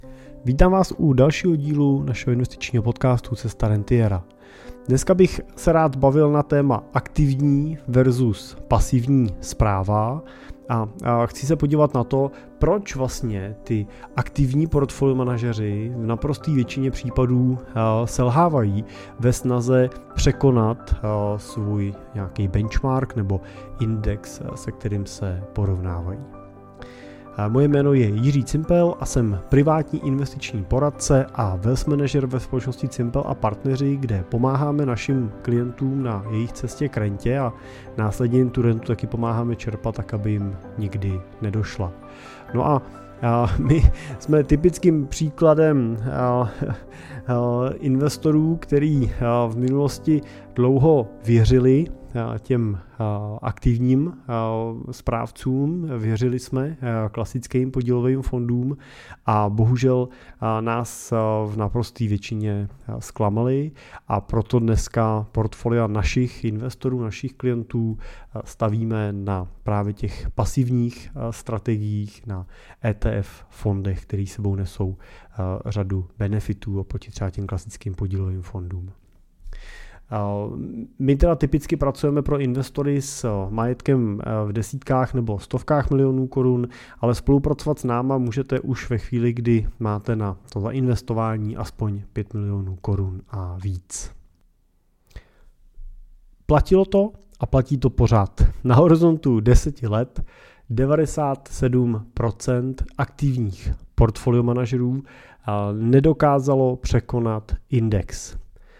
Vítám vás u dalšího dílu našeho investičního podcastu Cesta rentiera. Dneska bych se rád bavil na téma aktivní versus pasivní správa a chci se podívat na to, proč vlastně ty aktivní portfolio manažeři v naprosté většině případů selhávají ve snaze překonat svůj nějaký benchmark nebo index, se kterým se porovnávají. Moje jméno je Jiří Cimpel a jsem privátní investiční poradce a wealth manager ve společnosti Cimpel a partneři, kde pomáháme našim klientům na jejich cestě k rentě a následně jim tu rentu taky pomáháme čerpat tak, aby jim nikdy nedošla. No a my jsme typickým příkladem investorů, který v minulosti dlouho věřili těm aktivním správcům, věřili jsme klasickým podílovým fondům a bohužel nás v naprosté většině zklamali a proto dneska portfolia našich investorů, našich klientů stavíme na právě těch pasivních strategiích, na ETF fondech, které sebou nesou řadu benefitů oproti třeba těm klasickým podílovým fondům. My teda typicky pracujeme pro investory s majetkem v desítkách nebo stovkách milionů korun, ale spolupracovat s náma můžete už ve chvíli, kdy máte na to zainvestování aspoň 5 milionů korun a víc. Platilo to a platí to pořád. Na horizontu 10 let 97% aktivních portfolio manažerů nedokázalo překonat index.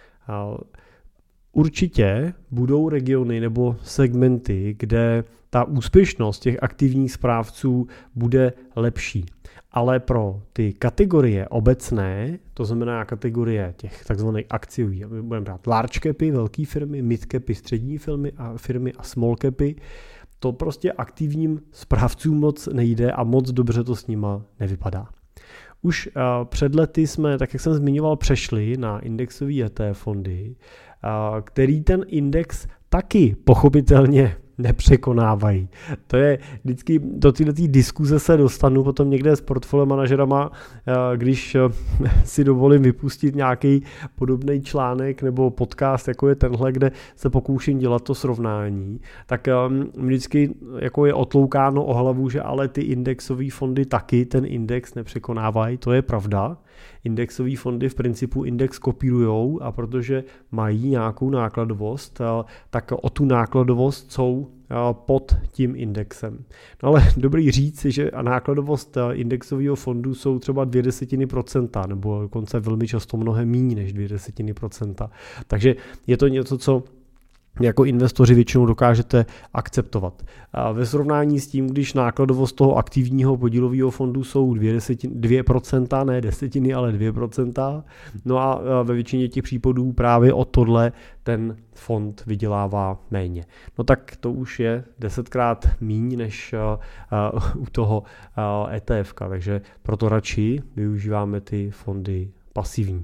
Určitě budou regiony nebo segmenty, kde ta úspěšnost těch aktivních správců bude lepší. Ale pro ty kategorie obecné, to znamená kategorie těch takzvaných akciových, budeme brát large capy, velké firmy, mid capy, střední firmy a small capy, to prostě aktivním správcům moc nejde a moc dobře to s nima nevypadá. Už před lety jsme, tak jak jsem zmiňoval, přešli na indexové ETF fondy, který ten index taky pochopitelně nepřekonávají. To je vždycky, do této diskuze se dostanu potom někde s portfolio manažerama, když si dovolím vypustit nějaký podobný článek nebo podcast, jako je tenhle, kde se pokouším dělat to srovnání, tak vždycky jako je otloukáno o hlavu, že ale ty indexové fondy taky ten index nepřekonávají, to je pravda. Indexové fondy v principu index kopírujou a protože mají nějakou nákladovost, tak o tu nákladovost jsou pod tím indexem. No ale dobrý říct, že nákladovost indexového fondu jsou třeba 0,2%, nebo dokonce velmi často mnohem méně než 0,2%. Takže je to něco, co jako investoři většinou dokážete akceptovat. Ve srovnání s tím, když nákladovost toho aktivního podílového fondu jsou 2%, ne desetiny, ale 2%, no a ve většině těch případů právě od tohle ten fond vydělává méně. No tak to už je 10krát míň než u toho ETFka, takže proto radši využíváme ty fondy pasivní.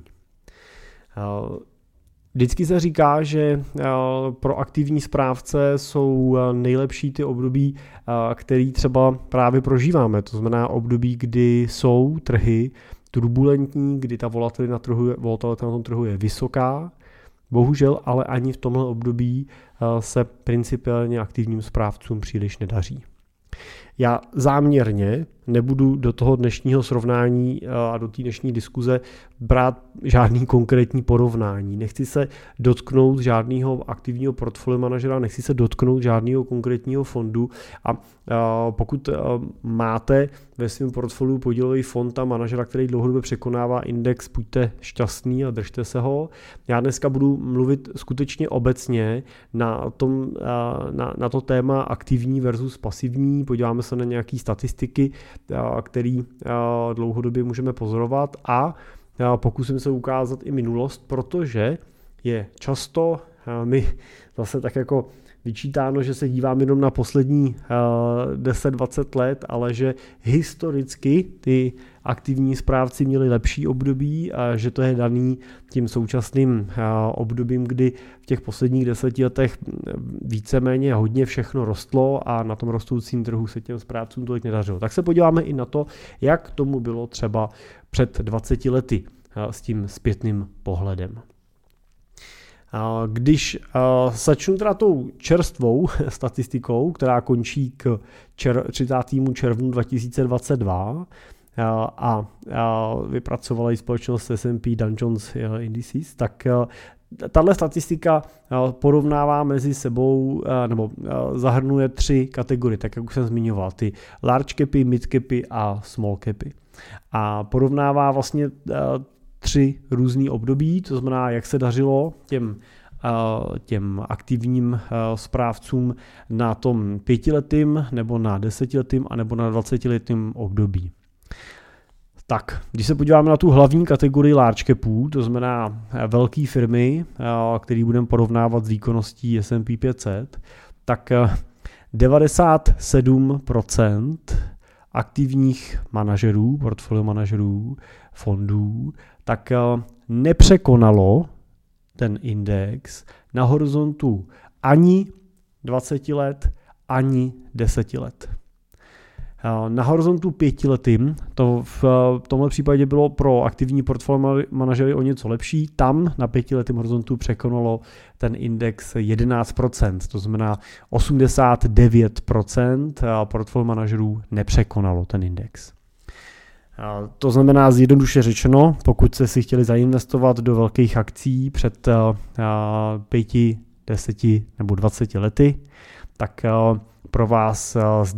Vždycky se říká, že pro aktivní správce jsou nejlepší ty období, který třeba právě prožíváme. To znamená období, kdy jsou trhy turbulentní, kdy ta volatilita na tom trhu je vysoká. Bohužel ale ani v tomhle období se principiálně aktivním správcům příliš nedaří. Já záměrně nebudu do toho dnešního srovnání a do té dnešní diskuze brát žádný konkrétní porovnání. Nechci se dotknout žádného aktivního portfolio manažera, nechci se dotknout žádného konkrétního fondu a pokud máte ve svém portfoliu podílový fond a manažera, který dlouhodobě překonává index, buďte šťastný a držte se ho. Já dneska budu mluvit skutečně obecně na to téma aktivní versus pasivní. Podíváme se na nějaké statistiky, který dlouhodobě můžeme pozorovat a pokusím se ukázat i minulost, protože je často mi zase tak jako vyčítáno, že se dívám jenom na poslední 10-20 let, ale že historicky ty aktivní správci měli lepší období a že to je daný tím současným obdobím, kdy v těch posledních 10 letech víceméně hodně všechno rostlo a na tom rostoucím trhu se těm správcům tolik nedařilo. Tak se podíváme i na to, jak tomu bylo třeba před 20 lety s tím zpětným pohledem. Když začnu teda tou čerstvou statistikou, která končí k 30. červnu 2022 a vypracovala ji společnost S&P Dow Jones Indices, tak tahle statistika porovnává mezi sebou nebo zahrnuje 3 kategorie, tak jak už jsem zmiňoval, ty large capy, mid capy a small capy. A porovnává vlastně 3 různý období, to znamená, jak se dařilo těm aktivním správcům na tom 5letým nebo na 10letým a nebo na 20letým období. Tak, když se podíváme na tu hlavní kategorii large capů, to znamená velké firmy, které budeme porovnávat s výkonností S&P 500, tak 97% aktivních manažerů, portfolio manažerů, fondů, tak nepřekonalo ten index na horizontu ani 20 let, ani 10 let. Na horizontu 5letým, to v tomhle případě bylo pro aktivní portfolio manažery o něco lepší, tam na 5letém horizontu překonalo ten index 11%, to znamená 89% portfolio manažerů nepřekonalo ten index. To znamená zjednoduše řečeno, pokud jste si chtěli zainvestovat do velkých akcí před 5, 10 nebo 20 lety, tak pro vás s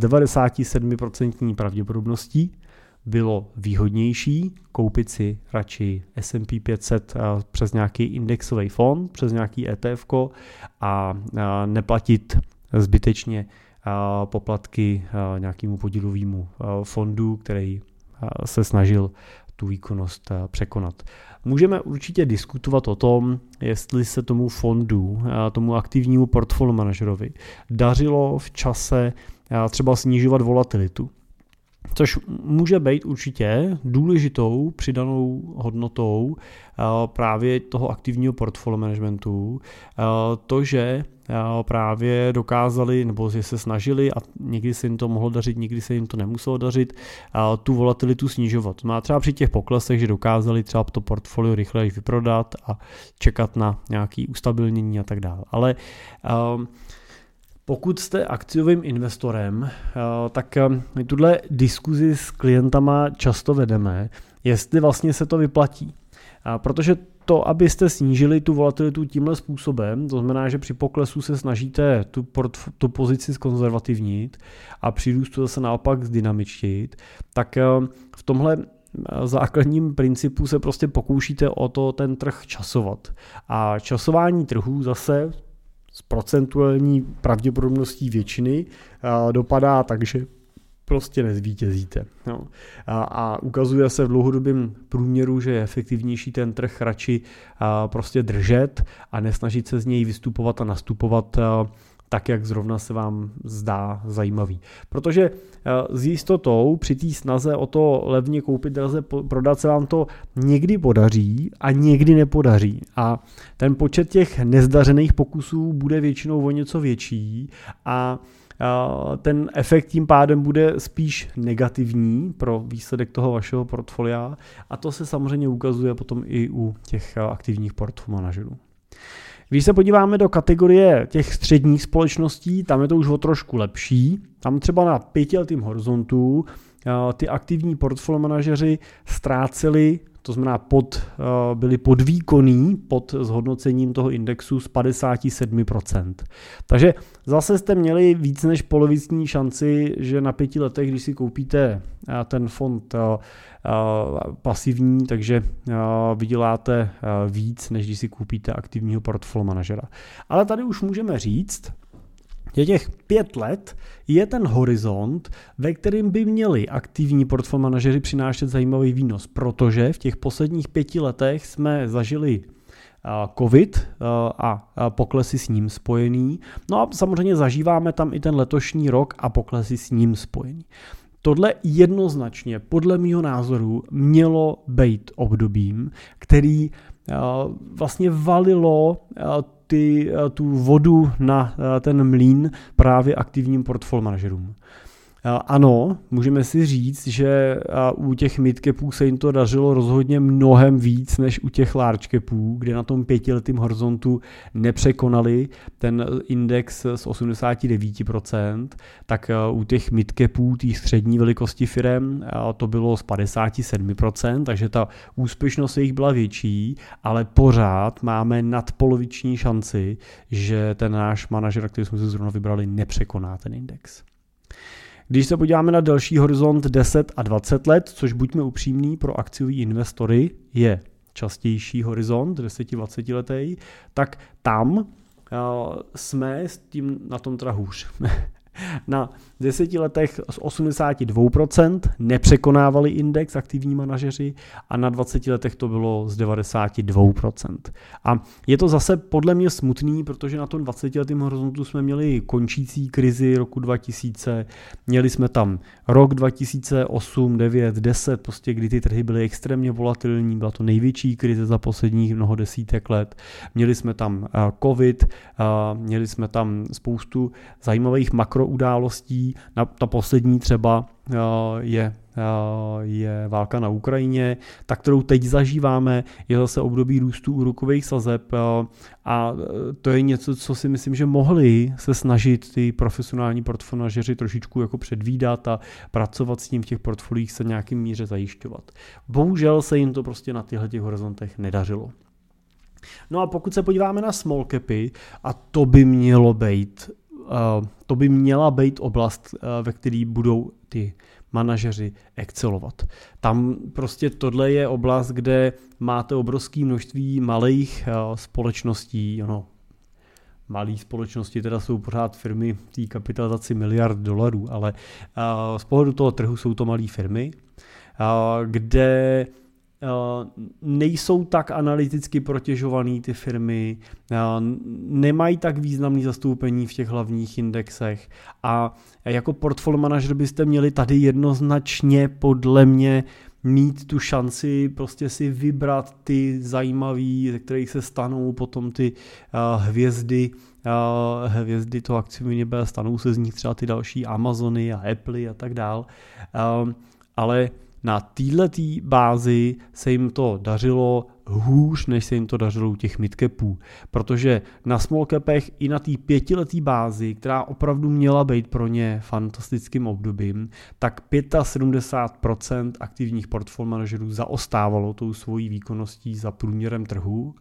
97% pravděpodobností bylo výhodnější koupit si radši S&P 500 přes nějaký indexový fond, přes nějaký ETF a neplatit zbytečně poplatky nějakému podílovému fondu, který se snažil tu výkonnost překonat. Můžeme určitě diskutovat o tom, jestli se tomu fondu, tomu aktivnímu portfolio manažerovi dařilo v čase třeba snižovat volatilitu. Což může být určitě důležitou přidanou hodnotou právě toho aktivního portfolio managementu. To, že právě dokázali, nebo že se snažili a někdy se jim to mohlo dařit, někdy se jim to nemuselo dařit, tu volatilitu snižovat. Má třeba při těch poklesech, že dokázali třeba to portfolio rychleji vyprodat a čekat na nějaké ustabilnění a tak dále. Ale pokud jste akciovým investorem, tak tuhle diskuzi s klientama často vedeme, jestli vlastně se to vyplatí. Protože to, abyste snížili tu volatilitu tímhle způsobem, to znamená, že při poklesu se snažíte tu pozici zkonzervativnit a při růstu zase naopak zdynamičtit, tak v tomhle základním principu se prostě pokoušíte o to ten trh časovat. A časování trhů zase s procentuální pravděpodobností většiny dopadá tak, že prostě nezvítězíte. No. A ukazuje se v dlouhodobém průměru, že je efektivnější ten trh radši prostě držet a nesnažit se z něj vystupovat a nastupovat tak, jak zrovna se vám zdá zajímavý. Protože s jistotou při té snaze o to levně koupit, draze prodat se vám to někdy podaří a někdy nepodaří. A ten počet těch nezdařených pokusů bude většinou o něco větší a ten efekt tím pádem bude spíš negativní pro výsledek toho vašeho portfolia a to se samozřejmě ukazuje potom i u těch aktivních portfolio manažerů. Když se podíváme do kategorie těch středních společností, tam je to už o trošku lepší. Tam třeba na 5letém horizontu ty aktivní portfolio manažeři ztráceli, to znamená byli podvýkonní pod zhodnocením toho indexu z 57%. Takže zase jste měli víc než polovicní šanci, že na 5 letech, když si koupíte ten fond pasivní, takže vyděláte víc, než když si koupíte aktivního portfolio manažera. Ale tady už můžeme říct, že těch 5 let je ten horizont, ve kterým by měli aktivní portfolio manažeři přinášet zajímavý výnos, protože v těch posledních 5 letech jsme zažili COVID a poklesy s ním spojený. No a samozřejmě zažíváme tam i ten letošní rok a poklesy s ním spojený. Tohle jednoznačně, podle mého názoru, mělo být obdobím, který vlastně valilo tu vodu na ten mlýn právě aktivním portfolio manažerům. Ano, můžeme si říct, že u těch midcapů se jim to dařilo rozhodně mnohem víc než u těch large capů, kde na tom 5letém horizontu nepřekonali ten index z 89%, tak u těch midcapů, těch střední velikosti firem, to bylo z 57%, takže ta úspěšnost jejich byla větší, ale pořád máme nadpoloviční šanci, že ten náš manažer, který jsme si zrovna vybrali, nepřekoná ten index. Když se podíváme na delší horizont 10 a 20 let, což buďme upřímní, pro akciový investory je častější horizont, 10-20 letý, tak tam jsme s tím na tom teda hůř. Na 10 letech z 82% nepřekonávali index aktivní manažeři a na 20 letech to bylo z 92%. A je to zase podle mě smutný, protože na tom 20letém horizontu jsme měli končící krizi roku 2000, měli jsme tam rok 2008, 9, 10, prostě kdy ty trhy byly extrémně volatilní, byla to největší krize za posledních mnoho desítek let. Měli jsme tam covid, měli jsme tam spoustu zajímavých makroudálostí. Ta poslední třeba je válka na Ukrajině, ta, kterou teď zažíváme, je zase období růstu úrokových sazeb a to je něco, co si myslím, že mohli se snažit ty profesionální portfolio manažeři trošičku jako předvídat a pracovat s tím v těch portfoliích se nějakým míře zajišťovat. Bohužel se jim to prostě na těchto horizontech nedařilo. No a pokud se podíváme na small capy, a to by měla být oblast, ve které budou ty manažeři excelovat. Tam prostě tohle je oblast, kde máte obrovské množství malých společností, malé společnosti teda jsou pořád firmy v té kapitalizaci $1 miliard, ale z pohledu toho trhu jsou to malé firmy, kde nejsou tak analyticky protěžovaný ty firmy, nemají tak významné zastoupení v těch hlavních indexech a jako portfolio manažer byste měli tady jednoznačně podle mě mít tu šanci prostě si vybrat ty zajímavý, ze kterých se stanou potom ty hvězdy toho akciového nebe, stanou se z nich třeba ty další Amazony a Apple a tak dál, ale na této bázi se jim to dařilo hůř, než se jim to dařilo u těch midcapů, protože na small capech i na té 5leté bázi, která opravdu měla být pro ně fantastickým obdobím, tak 75% aktivních portfolio manažerů zaostávalo tou svojí výkonností za průměrem trhu,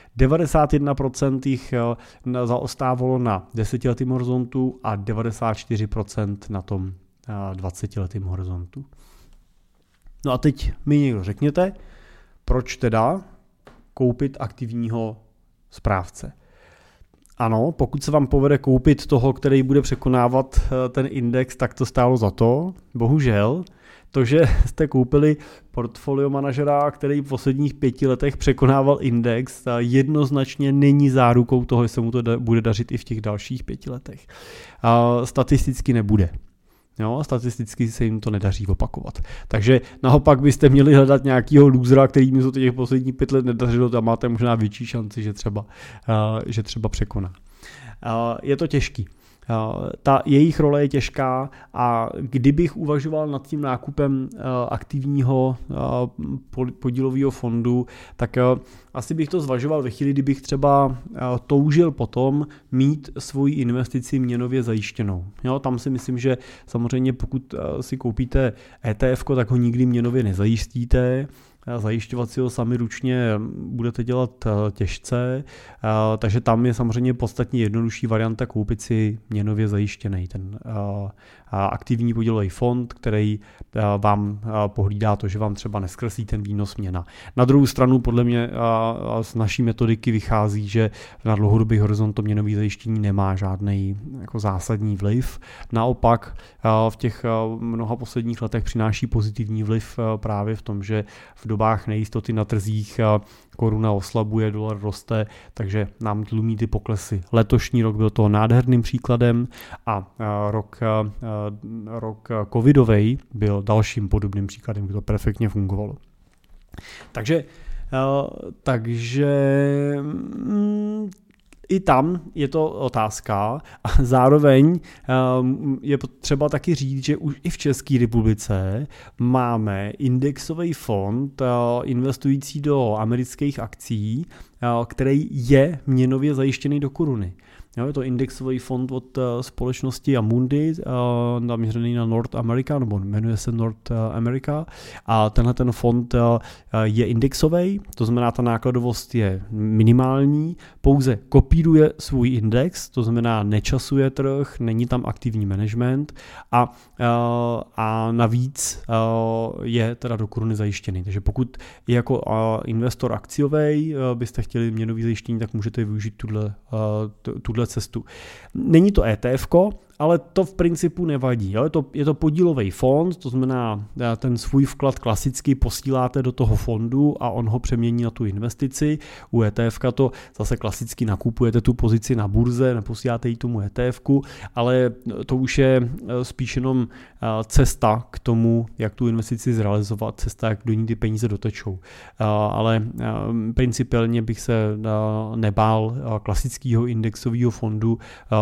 91% jich zaostávalo na 10letém horizontu a 94% na tom 20letém horizontu. No a teď mi někdo řekněte, proč teda koupit aktivního správce. Ano, pokud se vám povede koupit toho, který bude překonávat ten index, tak to stálo za to. Bohužel, to, že jste koupili portfolio manažera, který v posledních 5 letech překonával index, jednoznačně není zárukou toho, že se mu to bude dařit i v těch dalších 5 letech. Statisticky nebude. Jo, statisticky se jim to nedaří opakovat. Takže naopak byste měli hledat nějakého lůzra, který mi to těch posledních 5 let nedařilo, tam máte možná větší šanci, že třeba překoná. Je to těžký. Ta jejich role je těžká a kdybych uvažoval nad tím nákupem aktivního podílového fondu, tak asi bych to zvažoval ve chvíli, kdybych třeba toužil potom mít svoji investici měnově zajištěnou. Jo, tam si myslím, že samozřejmě pokud si koupíte ETF, tak ho nikdy měnově nezajistíte, zajišťovat si ho sami ručně budete dělat těžce, takže tam je samozřejmě podstatně jednodušší varianta koupit si měnově zajištěný ten aktivní podílový fond, který vám pohlídá to, že vám třeba neskreslí ten výnos měna. Na druhou stranu podle mě z naší metodiky vychází, že na dlouhodobý horizont to měnový zajištění nemá žádný jako zásadní vliv. Naopak v těch mnoha posledních letech přináší pozitivní vliv právě v tom, že v dobách nejistoty na trzích koruna oslabuje, dolar roste, takže nám tlumí ty poklesy. Letošní rok byl toho nádherným příkladem a rok covidovej byl dalším podobným příkladem, kde to perfektně fungovalo. Takže i tam je to otázka a zároveň je potřeba taky říct, že už i v České republice máme indexový fond investující do amerických akcí, který je měnově zajištěný do koruny. Je to indexový fond od společnosti Amundi, zaměřený na North America, nebo jmenuje se North America, a tenhle ten fond je indexový, to znamená, ta nákladovost je minimální, pouze kopíruje svůj index, to znamená, nečasuje trh, není tam aktivní management a navíc je teda do koruny zajištěný. Takže pokud jako investor akciový byste chtěli měnový zajištění, tak můžete využít tuhle cestu. Není to ETF-ko, ale to v principu nevadí. Jo? Je to podílový fond, to znamená, ten svůj vklad klasicky posíláte do toho fondu a on ho přemění na tu investici. U ETF-ka to zase klasicky nakupujete tu pozici na burze, neposíláte ji tomu ETF-ku, ale to už je spíš jenom cesta k tomu, jak tu investici zrealizovat, cesta, jak do ní ty peníze dotečou. Ale principiálně bych se nebál klasického indexového fondu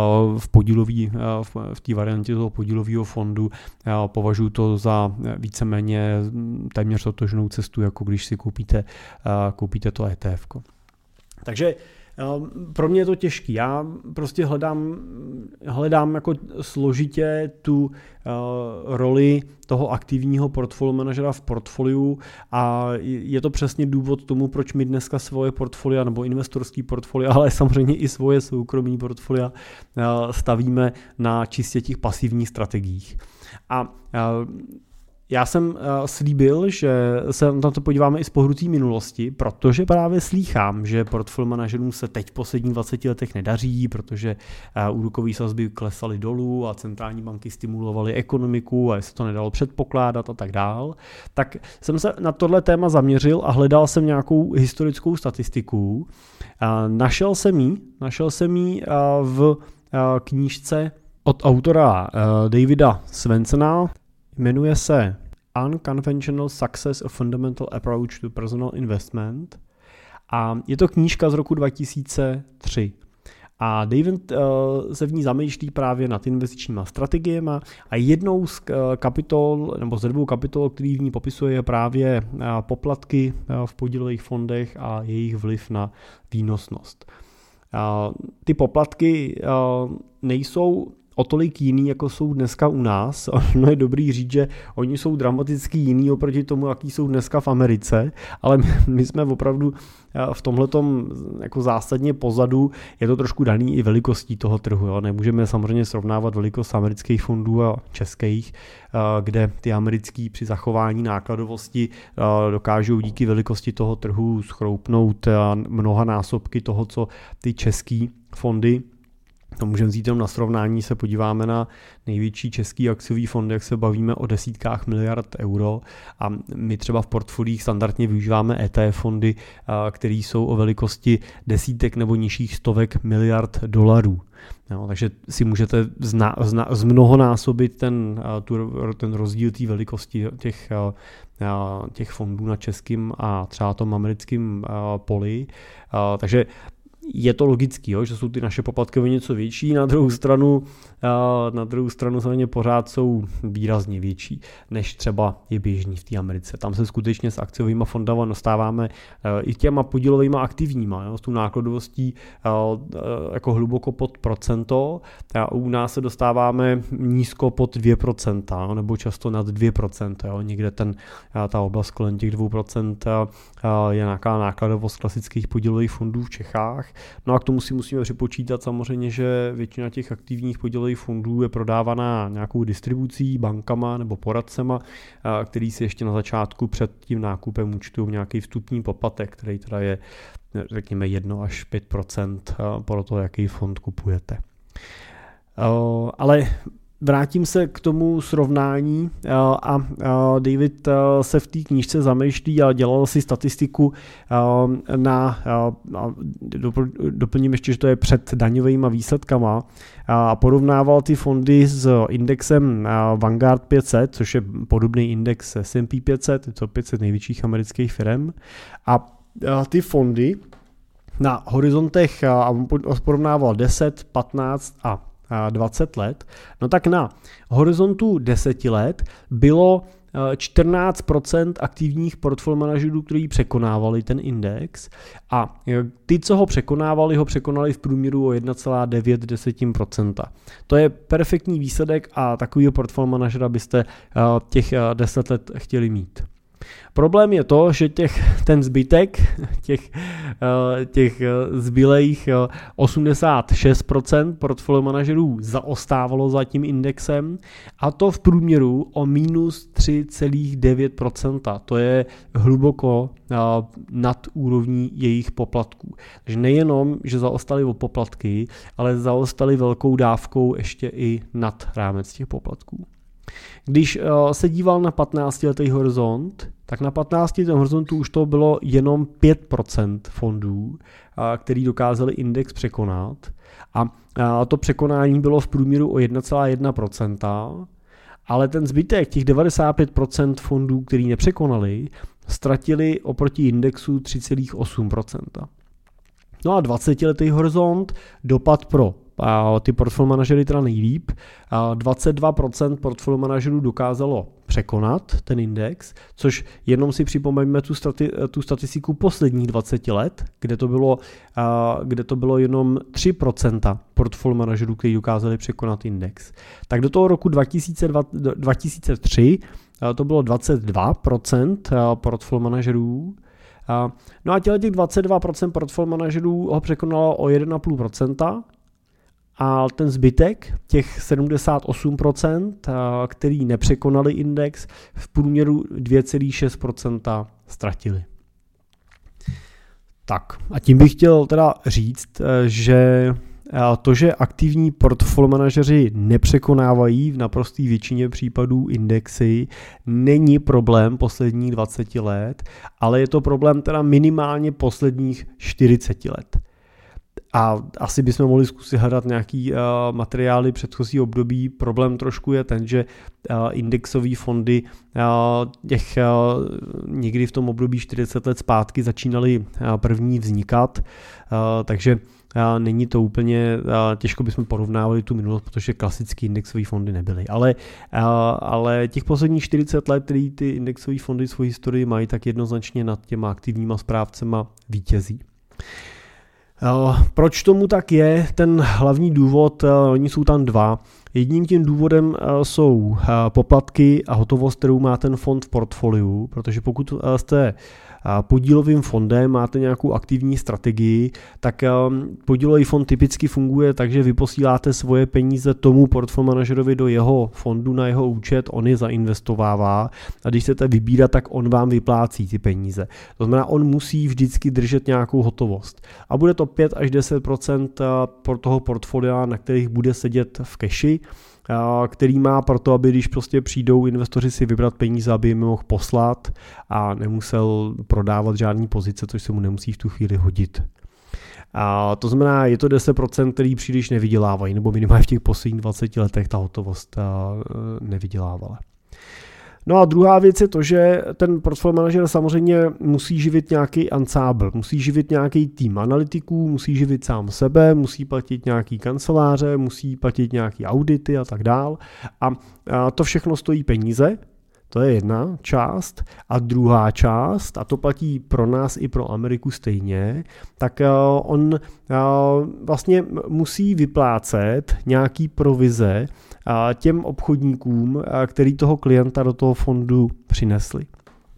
v té variantě toho podílového fondu. Považuji to za víceméně téměř totožnou cestu, jako když si koupíte to ETF. Takže pro mě je to těžký. Já prostě hledám jako složitě tu roli toho aktivního portfolio manažera v portfoliu a je to přesně důvod tomu, proč my dneska svoje portfolia nebo investorský portfolia, ale samozřejmě i svoje soukromí portfolia stavíme na čistě těch pasivních strategiích. A já jsem slíbil, že se na to podíváme i z pohledu té minulosti, protože právě slýchám, že portfolio manažerům se teď v posledních 20 letech nedaří, protože úrokové sazby klesaly dolů a centrální banky stimulovaly ekonomiku a se to nedalo předpokládat a tak dál. Tak jsem se na tohle téma zaměřil a hledal jsem nějakou historickou statistiku. Našel jsem ji v knížce od autora Davida Svensona. Jmenuje se Unconventional Success: A Fundamental Approach to Personal Investment a je to knížka z roku 2003. A David se v ní zamýšlí právě nad investičníma strategiemi a jednou z kapitol, nebo ze dvou kapitol, který v ní popisuje, je právě poplatky v podílových fondech a jejich vliv na výnosnost. Ty poplatky nejsou o tolik jiný, jako jsou dneska u nás. Ono je dobrý říct, že oni jsou dramaticky jiný oproti tomu, jaký jsou dneska v Americe, ale my jsme opravdu v tomhletom jako zásadně pozadu. Je to trošku daný i velikostí toho trhu. Jo? Nemůžeme samozřejmě srovnávat velikost amerických fondů a českých, kde ty americký při zachování nákladovosti dokážou díky velikosti toho trhu schroupnout mnoha násobky toho, co ty český fondy. To můžeme vzít jenom na srovnání, se podíváme na největší český akciový fond, jak se bavíme o desítkách miliard euro a my třeba v portfoliích standardně využíváme ETF fondy, které jsou o velikosti desítek nebo nižších stovek miliard dolarů. No, takže si můžete zmnohonásobit ten rozdíl té velikosti těch fondů na českém a třeba tom americkém poli. Takže je to logický, jo, že jsou ty naše poplatky o něco větší, na druhou stranu samozřejmě pořád jsou výrazně větší, než třeba je běžný v té Americe. Tam se skutečně s akciovými fondama dostáváme i těma podílovými aktivníma, jo, s tou nákladovostí jako hluboko pod procento. A u nás se dostáváme nízko pod 2%, jo, nebo často nad 2%. Jo. Někde ta oblast kolem těch 2% je nějaká nákladovost klasických podílových fondů v Čechách. No a k tomu si musíme připočítat samozřejmě, že většina těch aktivních podílových fondů je prodávaná nějakou distribucí, bankama nebo poradcema, který si ještě na začátku před tím nákupem účtují nějaký vstupní poplatek, který teda je řekněme 1 až 5% podle toho, jaký fond kupujete. Ale vrátím se k tomu srovnání a David se v té knížce zamýšlí a dělal si statistiku doplním ještě, že to je před daňovými výsledkama, a porovnával ty fondy s indexem Vanguard 500, což je podobný index S&P 500, je to 500 největších amerických firm, a ty fondy na horizontech porovnával 10, 15 a 20 let, no tak na horizontu 10 let bylo 14% aktivních portfolio manažerů, kteří překonávali ten index, a ty, co ho překonali v průměru o 1,9%. To je perfektní výsledek a takovýho portfolio manažera byste těch 10 let chtěli mít. Problém je to, že ten zbytek, těch zbylejch 86% portfolio manažerů zaostávalo za tím indexem, a to v průměru o minus 3,9%. To je hluboko nad úrovní jejich poplatků. Takže nejenom, že zaostali o poplatky, ale zaostali velkou dávkou ještě i nad rámec těch poplatků. Když se díval na 15letý horizont, tak na 15letém horizontu už to bylo jenom 5% fondů, který dokázali index překonat, a to překonání bylo v průměru o 1,1%, ale ten zbytek, těch 95% fondů, který nepřekonali, ztratili oproti indexu 3,8%. No a 20letý horizont, dopad pro ty portfolio manažery teda nejlíp. 22% portfolio manažerů dokázalo překonat ten index, což jenom si připomeňme tu statistiku posledních 20 let, kde to bylo jenom 3% portfolio manažerů, kteří dokázali překonat index. Tak do toho roku 2003 to bylo 22% portfolio manažerů. No a těch 22% portfolio manažerů ho překonalo o 1,5%, a ten zbytek, těch 78%, který nepřekonali index, v průměru 2,6% ztratili. Tak a tím bych chtěl teda říct, že to, že aktivní portfolio manažeři nepřekonávají v naprosté většině případů indexy, není problém posledních 20 let, ale je to problém teda minimálně posledních 40 let. A asi bychom mohli zkusit hledat nějaký materiály předchozí období. Problém trošku je ten, že indexové fondy někdy v tom období 40 let zpátky začínaly první vznikat, takže není to úplně, těžko bychom porovnávali tu minulost, protože klasické indexové fondy nebyly. Ale těch posledních 40 let, který ty indexové fondy svou historii mají, tak jednoznačně nad těma aktivníma správcema vítězí. Proč tomu tak je? Ten hlavní důvod, oni jsou tam dva. Jedním tím důvodem jsou poplatky a hotovost, kterou má ten fond v portfoliu, protože pokud jste podílovým fondem, máte nějakou aktivní strategii, tak podílový fond typicky funguje tak, že vy posíláte svoje peníze tomu portfolio manažerovi do jeho fondu na jeho účet, on je zainvestovává, a když chcete vybírat, tak on vám vyplácí ty peníze. To znamená, on musí vždycky držet nějakou hotovost. A bude to 5 až 10% toho portfolia, na kterých bude sedět v keši, který má proto, aby když prostě přijdou investoři si vybrat peníze, aby jim mohl poslat a nemusel prodávat žádný pozice, což se mu nemusí v tu chvíli hodit. A to znamená, je to 10%, který příliš nevydělávají, nebo minimálně v těch posledních 20 letech ta hotovost nevydělávala. No a druhá věc je to, že ten portfolio manažer samozřejmě musí živit nějaký ansábl, musí živit nějaký tým analytiků, musí živit sám sebe, musí platit nějaký kanceláře, musí platit nějaký audity a tak dál. A to všechno stojí peníze, to je jedna část. A druhá část, a to platí pro nás i pro Ameriku stejně, tak on vlastně musí vyplácet nějaký provize těm obchodníkům, který toho klienta do toho fondu přinesli.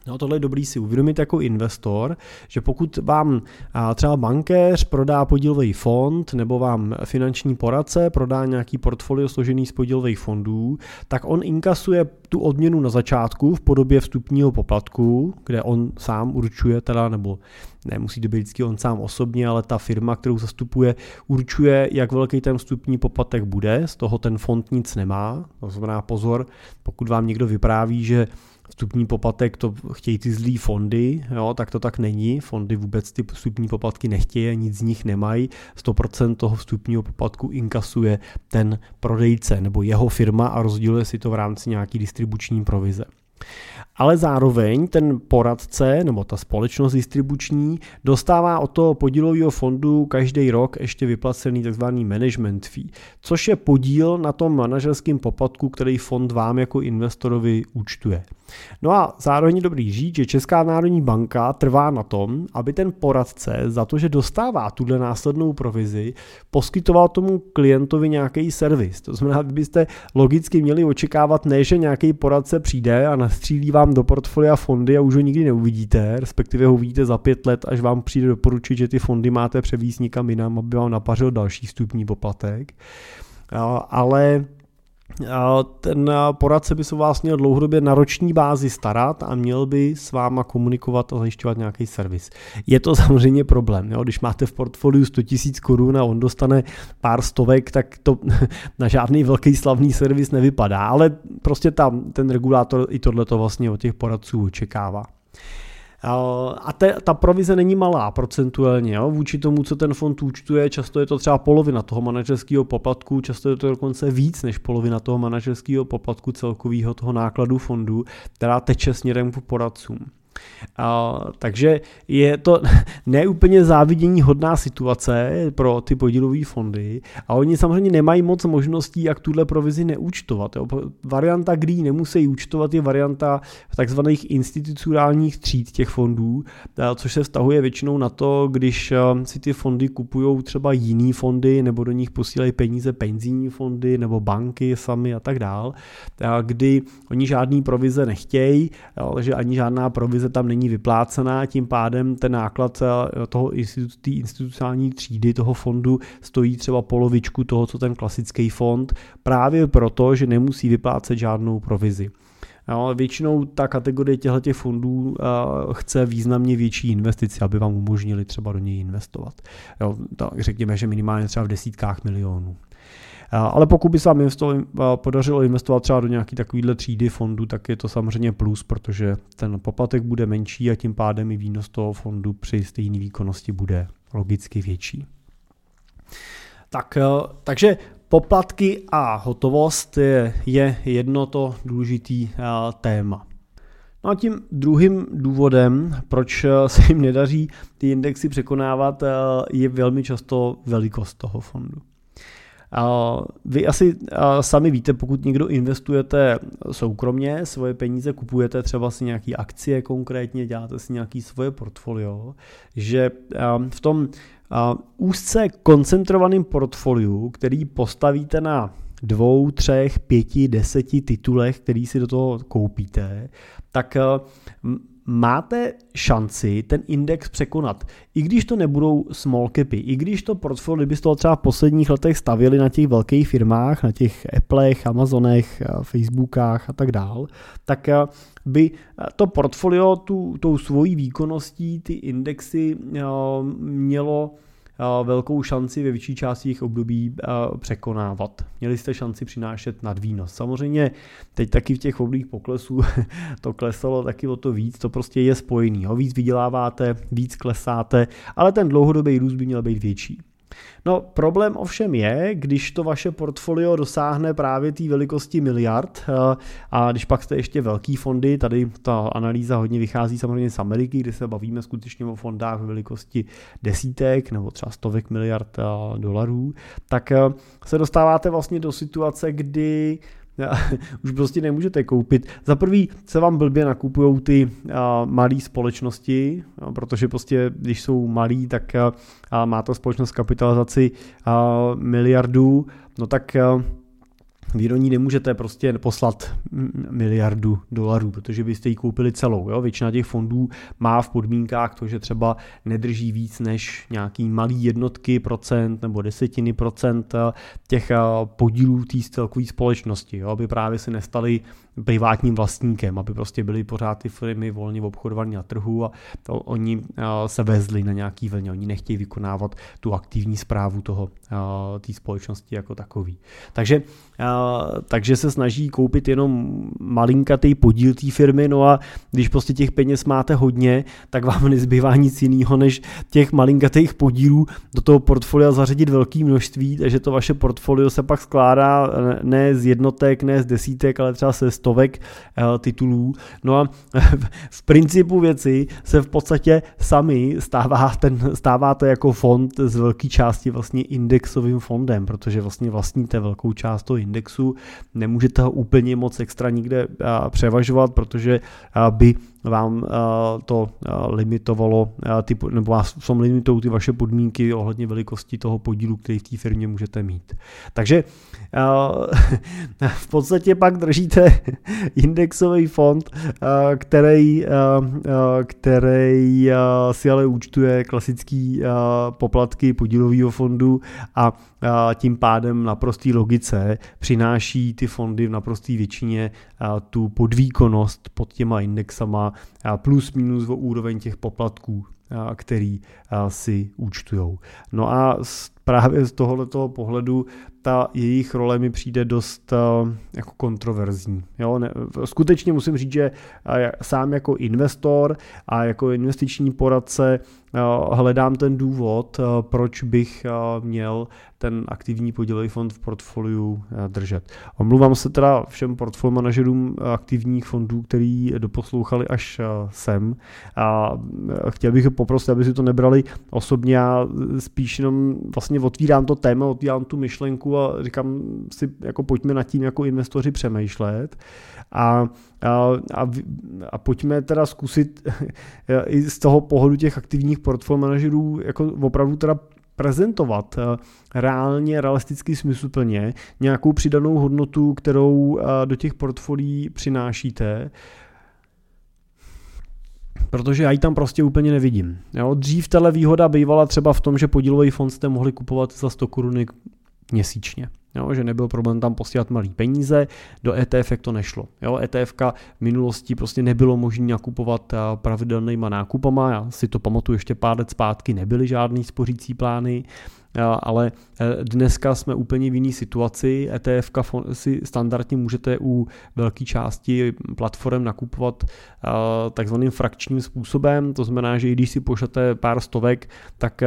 No, tohle je dobrý si uvědomit jako investor, že pokud vám třeba bankéř prodá podílový fond nebo vám finanční poradce prodá nějaký portfolio složený z podílových fondů, tak on inkasuje tu odměnu na začátku v podobě vstupního poplatku, kde on sám určuje teda, nebo nemusí to být vždycky on sám osobně, ale ta firma, kterou zastupuje, určuje, jak velký ten vstupní poplatek bude, z toho ten fond nic nemá, to znamená pozor, pokud vám někdo vypráví, že vstupní poplatek to chtějí ty zlý fondy, jo, tak to tak není. Fondy vůbec ty vstupní poplatky nechtějí, nic z nich nemají. 100% toho vstupního poplatku inkasuje ten prodejce nebo jeho firma a rozděluje si to v rámci nějaký distribuční provize. Ale zároveň ten poradce nebo ta společnost distribuční dostává od toho podílového fondu každý rok ještě vyplacený tzv. Management fee, což je podíl na tom manažerském poplatku, který fond vám jako investorovi účtuje. No a zároveň je dobrý říct, že Česká národní banka trvá na tom, aby ten poradce za to, že dostává tuhle následnou provizi, poskytoval tomu klientovi nějaký servis. To znamená, že byste logicky měli očekávat, ne, že nějaký poradce přijde a nastřílí vám do portfolia fondy a už ho nikdy neuvidíte, respektive ho uvidíte za 5 let, až vám přijde doporučit, že ty fondy máte převízt nikam jinam, aby vám napařil další vstupní poplatek. Ale ten poradce by se vás měl dlouhodobě na roční bázi starat a měl by s váma komunikovat a zajišťovat nějaký servis. Je to samozřejmě problém, jo? Když máte v portfoliu 100 000 korun a on dostane pár stovek, tak to na žádný velký slavný servis nevypadá, ale prostě ten regulátor i tohleto vlastně od těch poradců očekává. A ta provize není malá procentuálně, jo? Vůči tomu, co ten fond účtuje, často je to třeba polovina toho manažerského poplatku, často je to dokonce víc než polovina toho manažerského poplatku celkového toho nákladu fondu, která teče směrem k poradcům. Takže je to neúplně závidění hodná situace pro ty podílové fondy a oni samozřejmě nemají moc možností, jak tuhle provizi neúčtovat. Jo. Varianta, kdy ji nemusí účtovat, je varianta takzvaných institucionálních tříd těch fondů, což se vztahuje většinou na to, když si ty fondy kupují třeba jiný fondy nebo do nich posílají peníze penzijní fondy nebo banky sami a tak dál, kdy oni žádný provize nechtějí, takže ani žádná provize tam není vyplácená, tím pádem ten náklad toho institucionální třídy toho fondu stojí třeba polovičku toho, co ten klasický fond, právě proto, že nemusí vyplácet žádnou provizi. Většinou ta kategorie těchto fondů chce významně větší investici, aby vám umožnili třeba do něj investovat. Řekněme, že minimálně třeba v desítkách milionů. Ale pokud by se vám podařilo investovat třeba do nějaké takovéhle třídy fondu, tak je to samozřejmě plus, protože ten poplatek bude menší a tím pádem i výnos toho fondu při stejné výkonnosti bude logicky větší. Takže poplatky a hotovost je jedno to důležitý téma. No a tím druhým důvodem, proč se jim nedaří ty indexy překonávat, je velmi často velikost toho fondu. Vy asi sami víte, pokud někdo investujete soukromně, svoje peníze kupujete třeba si nějaký akcie konkrétně, děláte si nějaký svoje portfolio, že v tom úzce koncentrovaném portfoliu, který postavíte na 2, 3, 5, 10 titulech, který si do toho koupíte, tak máte šanci ten index překonat. I když to nebudou small capy, i když to portfolio byste to třeba v posledních letech stavěli na těch velkých firmách, na těch Applech, Amazonech, Facebookách a tak dál, tak by to portfolio tou svojí výkonností ty indexy mělo velkou šanci ve větší části jejich období překonávat. Měli jste šanci přinášet nadvýnos. Samozřejmě teď taky v těch obdobích poklesů to klesalo taky o to víc, to prostě je spojený. Víc vyděláváte, víc klesáte, ale ten dlouhodobý růst by měl být větší. No, problém ovšem je, když to vaše portfolio dosáhne právě té velikosti miliard a když pak jste ještě velký fondy, tady ta analýza hodně vychází samozřejmě z Ameriky, kde se bavíme skutečně o fondách ve velikosti desítek nebo třeba stovek miliard dolarů, tak se dostáváte vlastně do situace, kdy už prostě nemůžete koupit. Za prvý se vám blbě nakupujou ty malé společnosti, protože prostě když jsou malí, tak má ta společnost kapitalizaci miliardů, no tak Vy do ní nemůžete prostě poslat miliardu dolarů, protože byste ji koupili celou. Jo? Většina těch fondů má v podmínkách to, že třeba nedrží víc než nějaký malý jednotky procent nebo desetiny procent těch podílů té celkové společnosti, jo? Aby právě se nestali privátním vlastníkem, aby prostě byly pořád ty firmy volně obchodované na trhu a oni se vezli na nějaký vlně, oni nechtějí vykonávat tu aktivní správu té společnosti jako takový. Takže se snaží koupit jenom malinkatý podíl té firmy, no a když prostě těch peněz máte hodně, tak vám nezbývá nic jiného, než těch malinkatých podílů do toho portfolia zařadit velké množství, takže to vaše portfolio se pak skládá ne z jednotek, ne z desítek, ale třeba se stovek titulů. No a v principu věci se v podstatě sami stáváte jako fond z velké části vlastně indexovým fondem, protože vlastně vlastníte velkou část toho indexu, nemůžete ho úplně moc extra nikde převažovat, protože by vám to limitovalo, nebo vás limitují ty vaše podmínky ohledně velikosti toho podílu, který v té firmě můžete mít. Takže v podstatě pak držíte indexový fond, který si ale účtuje klasický poplatky podílového fondu a tím pádem na prostý logice přináší ty fondy v naprosté většině tu podvýkonnost pod těma indexama plus minus o úroveň těch poplatků, který si účtujou. No a právě z tohoto pohledu ta jejich role mi přijde dost jako kontroverzní. Jo? Skutečně musím říct, že sám jako investor a jako investiční poradce hledám ten důvod, proč bych měl ten aktivní podílový fond v portfoliu držet. Omlouvám se teda všem portfolio manažerům aktivních fondů, který doposlouchali až sem. A chtěl bych je poprosit, aby si to nebrali osobně. Já spíš jenom vlastně otvírám to téma, otvírám tu myšlenku a říkám si, jako pojďme nad tím jako investoři přemýšlet a pojďme teda zkusit i z toho pohledu těch aktivních portfolio manažerů jako opravdu teda prezentovat reálně, realisticky smysluplně nějakou přidanou hodnotu, kterou do těch portfolií přinášíte, protože já ji tam prostě úplně nevidím. Jo, dřív tahle výhoda bývala třeba v tom, že podílový fond jste mohli kupovat za 100 koruny měsíčně. Jo, že nebyl problém tam posílat malý peníze, do ETF to nešlo. Jo, ETFka v minulosti prostě nebylo možné nakupovat pravidelnýma nákupama, já si to pamatuju ještě pár let zpátky, nebyly žádný spořící plány, ale dneska jsme úplně v jiné situaci. ETFka si standardně můžete u velké části platform nakupovat takzvaným frakčním způsobem, to znamená, že i když si pošlete pár stovek, tak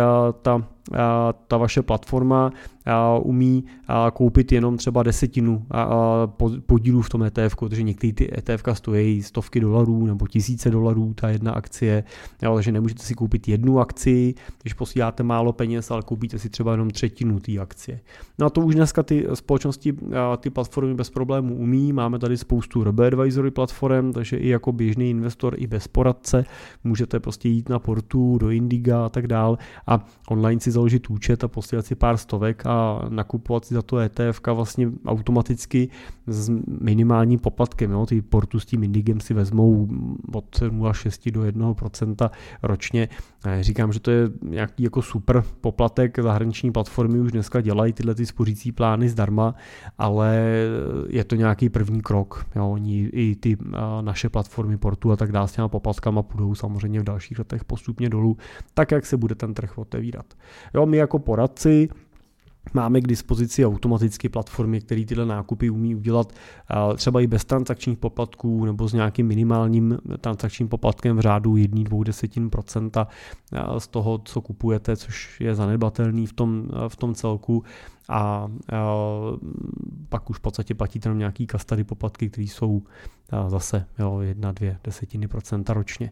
ta vaše platforma umí koupit jenom třeba desetinu podílů v tom ETF, protože některé ty ETF stojí stovky dolarů nebo tisíce dolarů ta jedna akcie, takže nemůžete si koupit jednu akci, když posíláte málo peněz, ale koupíte si třeba jenom třetinu té akcie. No a to už dneska ty společnosti, ty platformy bez problémů umí, máme tady spoustu robo-advisory platform, takže i jako běžný investor, i bez poradce můžete prostě jít na Portu, do Indiga a tak dál a online si založit účet a posílat si pár stovek a nakupovat si za to ETF vlastně automaticky s minimálním poplatkem. Jo? Ty Portu s tím Indigem si vezmou od 0,6 do 1% ročně. Říkám, že to je nějaký jako super poplatek, zahraniční platformy už dneska dělají tyhle ty spořící plány zdarma, ale je to nějaký první krok. Jo? Oni i ty naše platformy Portu a tak dále s těma poplatkama půjdou samozřejmě v dalších letech postupně dolů, tak jak se bude ten trh otevírat. Jo, my jako poradci máme k dispozici automaticky platformy, které tyhle nákupy umí udělat třeba i bez transakčních poplatků nebo s nějakým minimálním transakčním poplatkem v řádu 1-2% z toho, co kupujete, což je zanedbatelný v tom celku. A pak už v podstatě platíte jenom nějaký custody poplatky, které jsou zase 1-2% ročně.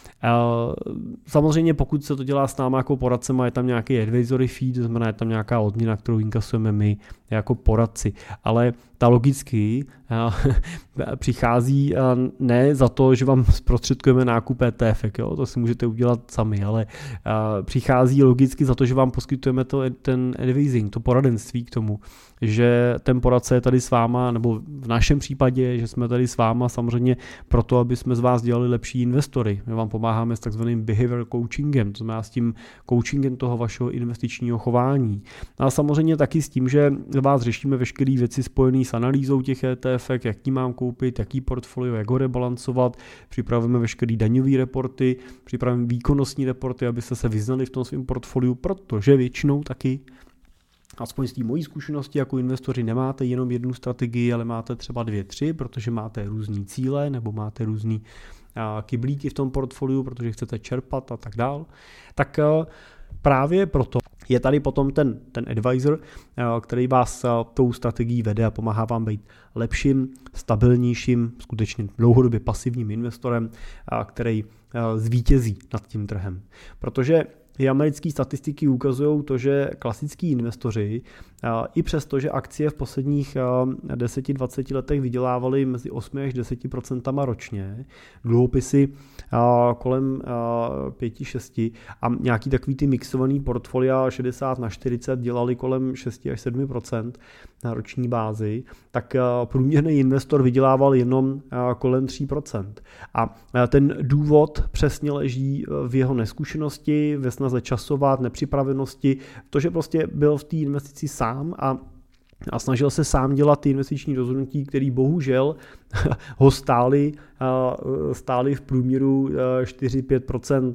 Samozřejmě pokud se to dělá s námi jako poradcema, je tam nějaký advisory fee, to znamená je tam nějaká odměna, kterou inkasujeme my jako poradci, ale ta logicky přichází ne za to, že vám zprostředkujeme nákup ETF, jo? To si můžete udělat sami, ale přichází logicky za to, že vám poskytujeme ten advising, to poradenství k tomu, že ten poradce je tady s váma, nebo v našem případě, že jsme tady s váma samozřejmě proto, aby jsme z vás dělali lepší investory. My vám pomáháme s takzvaným behavior coachingem, to znamená s tím coachingem toho vašeho investičního chování. A samozřejmě taky s tím, že vás řešíme veškeré věci spojené s analýzou těch ETF, jaký mám koupit, jaký portfolio, jak ho rebalancovat, připravujeme veškeré daňové reporty, připravujeme výkonnostní reporty, abyste se vyznali v tom svém portfoliu, protože většinou taky aspoň z té mojí zkušenosti jako investoři nemáte jenom jednu strategii, ale máte třeba 2, 3, protože máte různý cíle nebo máte různý kyblíky v tom portfoliu, protože chcete čerpat a tak dál. Tak právě proto je tady potom ten advisor, který vás tou strategií vede a pomáhá vám být lepším, stabilnějším, skutečně dlouhodobě pasivním investorem, který zvítězí nad tím trhem. Protože i americké statistiky ukazují to, že klasický investoři i přesto, že akcie v posledních 10-20 letech vydělávaly mezi 8 až 10% ročně, dluhopisy kolem 5-6 a nějaký takový ty mixovaný portfolia 60/40 dělali kolem 6 až 7% na roční bázi, tak průměrný investor vydělával jenom kolem 3%. A ten důvod přesně leží v jeho neskušenosti, ve snaze časovat, nepřipravenosti, to, že prostě byl v té investici sám a snažil se sám dělat ty investiční rozhodnutí, které bohužel ho stály v průměru 4-5%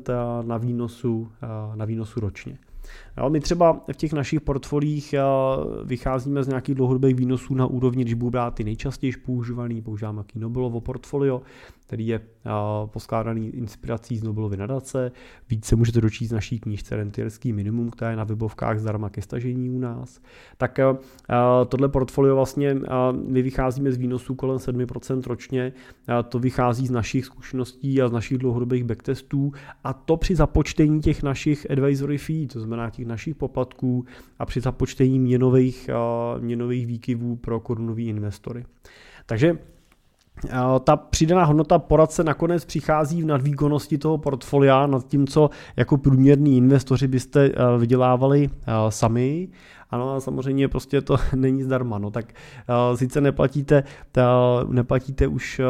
na výnosu ročně. My třeba v těch našich portfoliích vycházíme z nějakých dlouhodobých výnosů na úrovni, když budu brát ty nejčastěji používaný, používám nějaký Nobelovo portfolio, který je poskládaný inspirací z Nobelovy nadace. Víc se můžete dočíst z naší knížce Rentierský minimum, která je na webovkách zdarma ke stažení u nás. Tak tohle portfolio vlastně my vycházíme z výnosů kolem 7% ročně. To vychází z našich zkušeností a z našich dlouhodobých backtestů a to při započtení těch našich advisory fee, to znamená těch našich poplatků a při započtení měnových výkyvů pro korunový investory. Takže ta přidaná hodnota poradce nakonec přichází v nadvýkonnosti toho portfolia nad tím, co jako průměrní investoři byste vydělávali sami. Ano, a samozřejmě prostě to není zdarma, no tak sice neplatíte už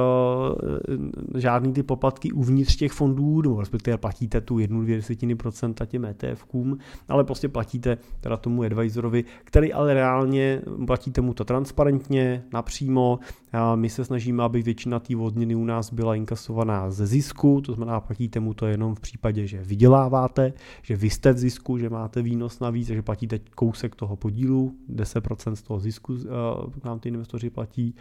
žádný ty poplatky uvnitř těch fondů, nebo respektive platíte tu 1,2% těm ETF-kům, ale prostě platíte teda tomu advisorovi, který ale reálně platíte mu to transparentně, napřímo. My se snažíme, aby většina té odměny u nás byla inkasovaná ze zisku, to znamená platíte mu to jenom v případě, že vyděláváte, že vy jste v zisku, že máte výnos navíc, že platíte kousek toho podílu, 10% z toho zisku nám ty investoři platí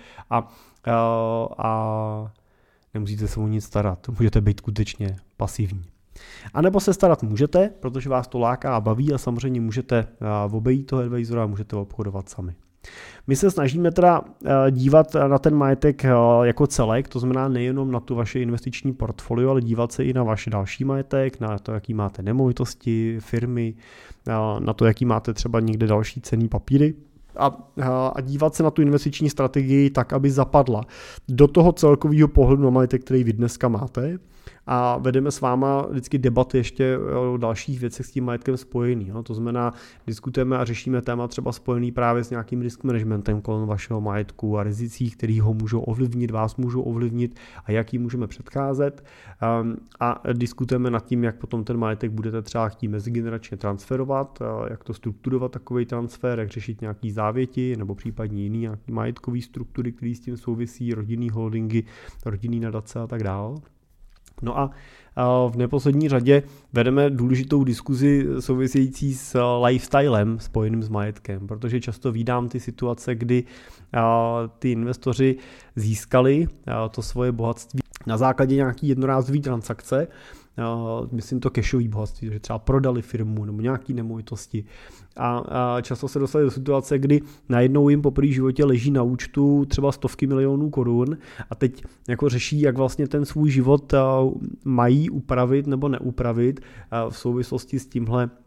a nemusíte se o nic starat, můžete být skutečně pasivní. A nebo se starat můžete, protože vás to láká a baví a samozřejmě můžete obejít toho advisora a můžete obchodovat sami. My se snažíme teda dívat na ten majetek jako celek, to znamená nejenom na tu vaše investiční portfolio, ale dívat se i na váš další majetek, na to, jaký máte nemovitosti, firmy, na to, jaký máte třeba někde další cenný papíry a dívat se na tu investiční strategii tak, aby zapadla do toho celkového pohledu na majetek, který vy dneska máte. A vedeme s váma vždycky debaty ještě o dalších věcech s tím majetkem spojený. No? To znamená, diskutujeme a řešíme téma třeba spojený právě s nějakým risk managementem kolem vašeho majetku a rizicích, který ho můžou ovlivnit, vás můžou ovlivnit a jak ji můžeme předcházet. A diskutujeme nad tím, jak potom ten majetek budete třeba chtít mezigeneračně transferovat, jak to strukturovat takový transfer, jak řešit nějaký závěti nebo případně jiný nějaký majetkový struktury, které s tím souvisí, rodinný holdingy, rodinný nadace a tak dále. No a v neposlední řadě vedeme důležitou diskuzi související s lifestylem spojeným s majetkem, protože často vídám ty situace, kdy ty investoři získali to svoje bohatství na základě nějaký jednorázové transakce, myslím to cashové bohatství, že třeba prodali firmu nebo nějaké nemovitosti a často se dostali do situace, kdy najednou jim po první životě leží na účtu třeba stovky milionů korun a teď jako řeší, jak vlastně ten svůj život mají upravit nebo neupravit v souvislosti s tímhle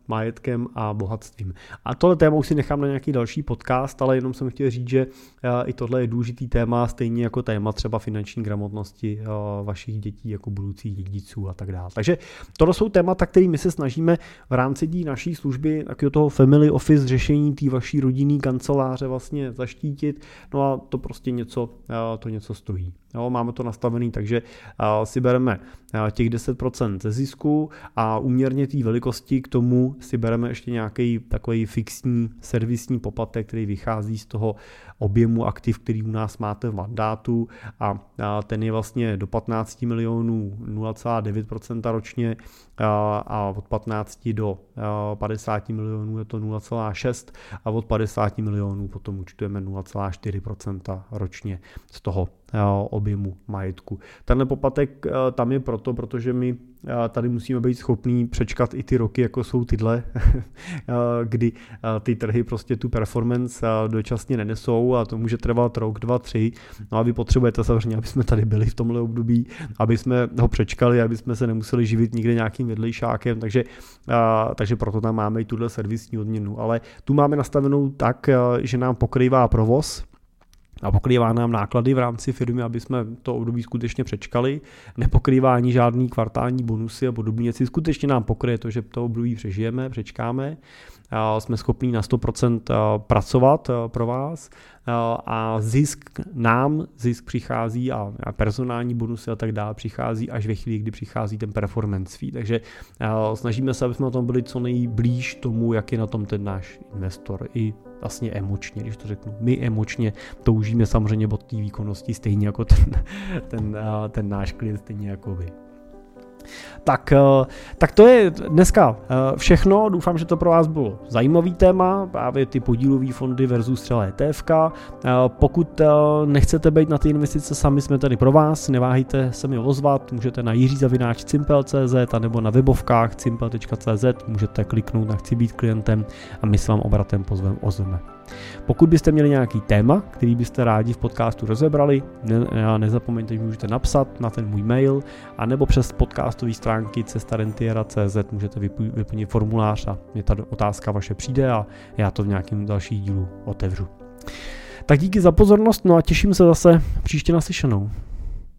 majetkem a bohatstvím. A tohle téma už si nechám na nějaký další podcast, ale jenom jsem chtěl říct, že i tohle je důležitý téma, stejně jako téma třeba finanční gramotnosti vašich dětí jako budoucích dědiců a tak dále. Takže tohle jsou témata, kterými se snažíme v rámci naší služby, taky toho family office řešení té vaší rodinné kanceláře vlastně zaštítit. No a to prostě něco stojí. Jo, máme to nastavený, takže si bereme těch 10% ze zisku a úměrně té velikosti k tomu si bereme ještě nějaký takový fixní servisní poplatek, který vychází z toho objemu aktiv, který u nás máte v mandátu a ten je vlastně do 15 milionů 0,9% ročně a od 15 do 50 milionů je to 0,6 a od 50 milionů potom účtujeme 0,4% ročně z toho objemu majetku. Tenhle poplatek tam je protože my tady musíme být schopní přečkat i ty roky, jako jsou tyhle, kdy ty trhy prostě tu performance dočasně nenesou a to může trvat rok, 2, 3. No a vy potřebujete samozřejmě, aby jsme tady byli v tomhle období, aby jsme ho přečkali, aby jsme se nemuseli živit nikde nějakým vedlejšákem, takže proto tam máme i tuhle servisní odměnu. Ale tu máme nastavenou tak, že nám pokrývá provoz, a pokrývá nám náklady v rámci firmy, aby jsme to období skutečně přečkali. Nepokrývá ani žádný kvartální bonusy a podobně věci. Skutečně nám pokryje to, že to období přečkáme. Jsme schopní na 100% pracovat pro vás a zisk přichází a personální bonusy a tak dále přichází až ve chvíli, kdy přichází ten performance fee. Takže snažíme se, aby jsme na tom byli co nejblíž tomu, jak je na tom ten náš investor i vlastně emočně, když to řeknu. My emočně toužíme samozřejmě od té výkonnosti stejně jako ten náš klient, stejně jako vy. Tak to je dneska všechno. Doufám, že to pro vás bylo zajímavý téma, právě ty podílové fondy versus třeba ETF. Pokud nechcete být na ty investice sami, jsme tady pro vás, neváhejte se mi ozvat, můžete na jiří@cimpel.cz a nebo na webovkách cimpel.cz, můžete kliknout na chci být klientem a my se vám obratem ozveme. Pokud byste měli nějaký téma, který byste rádi v podcastu rozebrali, nezapomeňte, že můžete napsat na ten můj mail, anebo přes podcastové stránky cestarentiera.cz můžete vyplnit formulář a mě ta otázka vaše přijde a já to v nějakém dalším dílu otevřu. Tak díky za pozornost, no a těším se zase příště naslyšenou.